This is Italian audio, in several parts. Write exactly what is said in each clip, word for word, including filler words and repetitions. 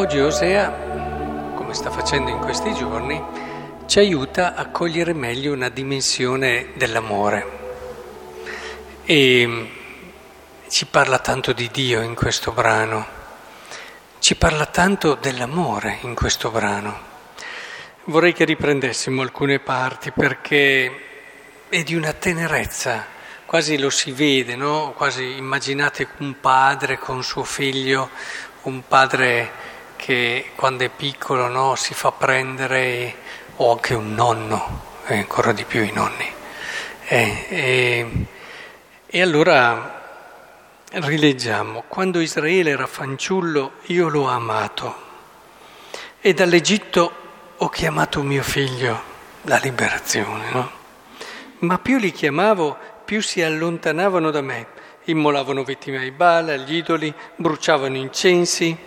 Oggi Osea, come sta facendo in questi giorni, ci aiuta a cogliere meglio una dimensione dell'amore e ci parla tanto di Dio in questo brano, ci parla tanto dell'amore in questo brano. Vorrei che riprendessimo alcune parti perché è di una tenerezza, quasi lo si vede, no? Quasi immaginate un padre con suo figlio, un padre che quando è piccolo, no, si fa prendere, o anche un nonno, e ancora di più i nonni. E, e, e allora rileggiamo: quando Israele era fanciullo io l'ho amato e dall'Egitto ho chiamato mio figlio, la liberazione, no? Ma più li chiamavo, più si allontanavano da me, immolavano vittime ai Baal, agli idoli, bruciavano incensi.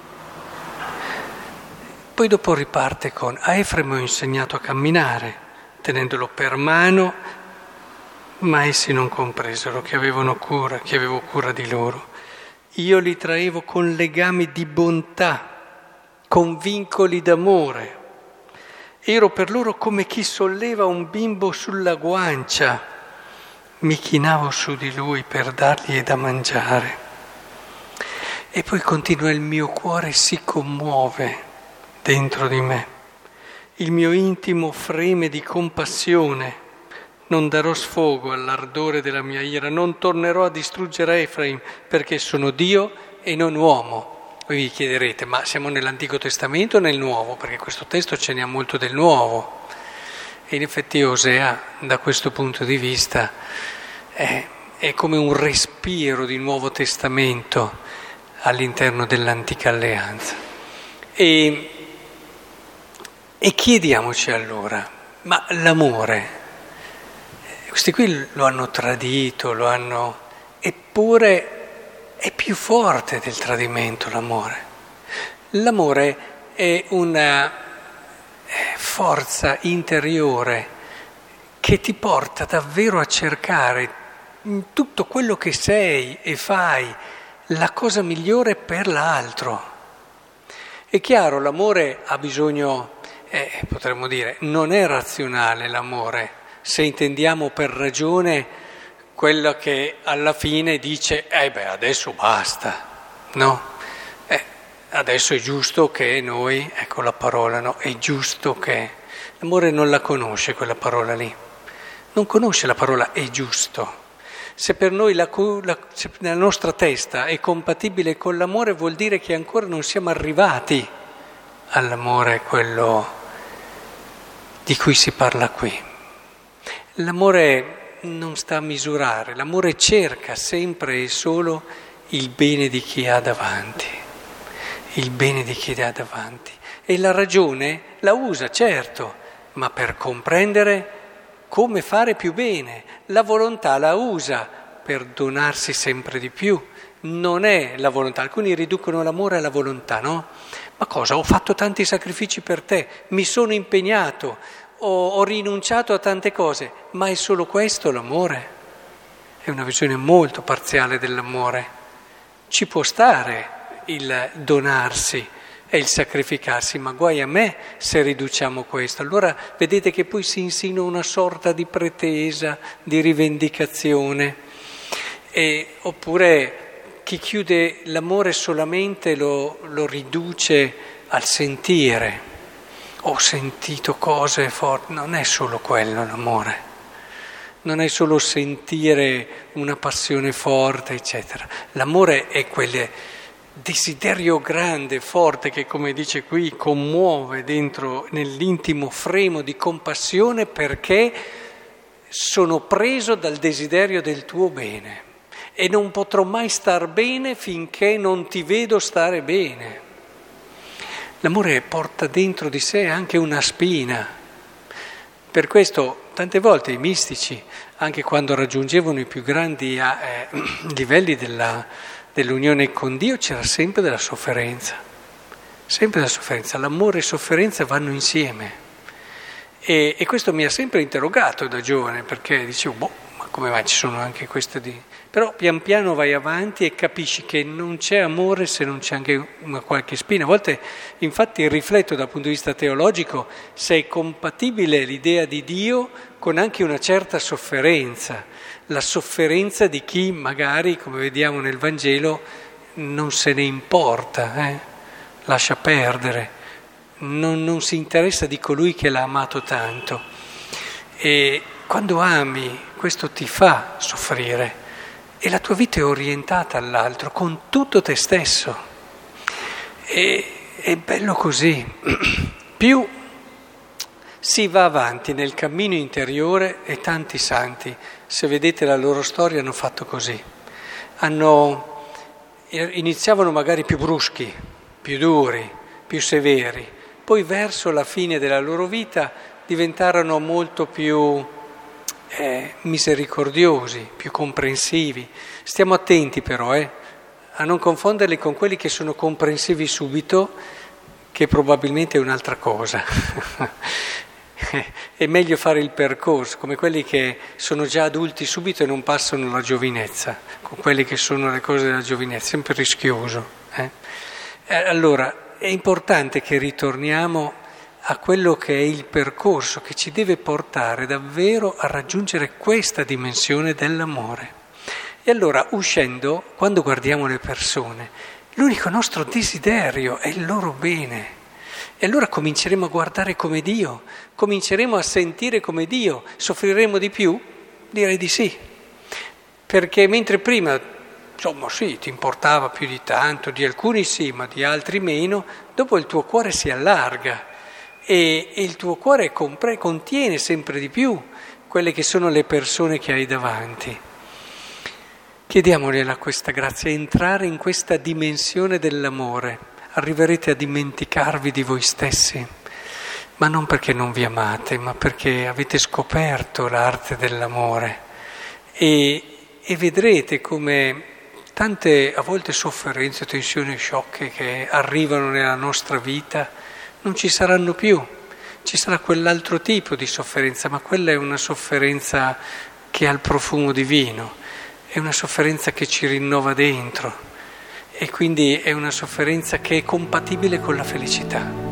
Poi dopo riparte con: a Efremo ho insegnato a camminare, tenendolo per mano, ma essi non compresero che avevano cura, che avevo cura di loro. Io li traevo con legami di bontà, con vincoli d'amore. Ero per loro come chi solleva un bimbo sulla guancia. Mi chinavo su di lui per dargli da mangiare. E poi continua: il mio cuore si commuove dentro di me, il mio intimo freme di compassione. Non darò sfogo all'ardore della mia ira, non tornerò a distruggere Efraim, perché sono Dio e non uomo. Voi vi chiederete: ma siamo nell'Antico Testamento o nel Nuovo? Perché questo testo ce n'è molto del Nuovo. E in effetti Osea, da questo punto di vista, è, è come un respiro di Nuovo Testamento all'interno dell'Antica Alleanza. E, e chiediamoci allora: ma l'amore, questi qui lo hanno tradito, lo hanno, eppure è più forte del tradimento l'amore. L'amore è una forza interiore che ti porta davvero a cercare in tutto quello che sei e fai la cosa migliore per l'altro. È chiaro, l'amore ha bisogno, eh, potremmo dire, non è razionale l'amore, se intendiamo per ragione quello che alla fine dice: eh beh, adesso basta, no? Eh, adesso è giusto che noi, ecco la parola, no? È giusto che... L'amore non la conosce quella parola lì, non conosce la parola è giusto. Se per noi la, la, se nella nostra testa è compatibile con l'amore, vuol dire che ancora non siamo arrivati all'amore, quello di cui si parla qui. L'amore non sta a misurare, l'amore cerca sempre e solo il bene di chi ha davanti, il bene di chi ha davanti. E la ragione la usa, certo, ma per comprendere come fare più bene. La volontà la usa per donarsi sempre di più, non è la volontà. Alcuni riducono l'amore alla volontà, no? Ma cosa? Ho fatto tanti sacrifici per te, mi sono impegnato, ho, ho rinunciato a tante cose, ma è solo questo l'amore? È una visione molto parziale dell'amore. Ci può stare il donarsi e il sacrificarsi, ma guai a me se riduciamo questo. Allora vedete che poi si insinua una sorta di pretesa, di rivendicazione. E, oppure chi chiude l'amore solamente lo, lo riduce al sentire. Ho sentito cose forti. Non è solo quello l'amore, non è solo sentire una passione forte, eccetera. L'amore è quel desiderio grande, forte, che, come dice qui, commuove dentro nell'intimo fremo di compassione, perché sono preso dal desiderio del tuo bene e non potrò mai star bene finché non ti vedo stare bene. L'amore porta dentro di sé anche una spina. Per questo tante volte i mistici, anche quando raggiungevano i più grandi eh, livelli della, dell'unione con Dio, c'era sempre della sofferenza, sempre della sofferenza. L'amore e sofferenza vanno insieme. E, e questo mi ha sempre interrogato da giovane, perché dicevo, boh, ma come mai ci sono anche queste di... Però pian piano vai avanti e capisci che non c'è amore se non c'è anche una qualche spina. A volte, infatti, rifletto dal punto di vista teologico se è compatibile l'idea di Dio con anche una certa sofferenza, la sofferenza di chi magari, come vediamo nel Vangelo, non se ne importa, eh? Lascia perdere, non, non si interessa di colui che l'ha amato tanto. E quando ami, questo ti fa soffrire e la tua vita è orientata all'altro con tutto te stesso. E, è bello così. Più si va avanti nel cammino interiore, e tanti santi, se vedete la loro storia, hanno fatto così. Hanno, iniziavano magari più bruschi, più duri, più severi, poi verso la fine della loro vita diventarono molto più eh, misericordiosi, più comprensivi. Stiamo attenti però eh, a non confonderli con quelli che sono comprensivi subito, che probabilmente è un'altra cosa. È meglio fare il percorso, come quelli che sono già adulti subito e non passano la giovinezza, con quelli che sono le cose della giovinezza, sempre rischioso. Eh? Allora, è importante che ritorniamo a quello che è il percorso che ci deve portare davvero a raggiungere questa dimensione dell'amore. E allora, uscendo, quando guardiamo le persone, l'unico nostro desiderio è il loro bene. E allora cominceremo a guardare come Dio, cominceremo a sentire come Dio. Soffriremo di più? Direi di sì. Perché mentre prima, insomma sì, ti importava più di tanto, di alcuni sì, ma di altri meno, dopo il tuo cuore si allarga. E, e il tuo cuore compre, contiene sempre di più quelle che sono le persone che hai davanti. Chiediamogliela questa grazia, entrare in questa dimensione dell'amore. Arriverete a dimenticarvi di voi stessi, ma non perché non vi amate, ma perché avete scoperto l'arte dell'amore. E, e vedrete come tante a volte sofferenze, tensioni, sciocche che arrivano nella nostra vita non ci saranno più, ci sarà quell'altro tipo di sofferenza, ma quella è una sofferenza che ha il profumo divino, è una sofferenza che ci rinnova dentro e quindi è una sofferenza che è compatibile con la felicità.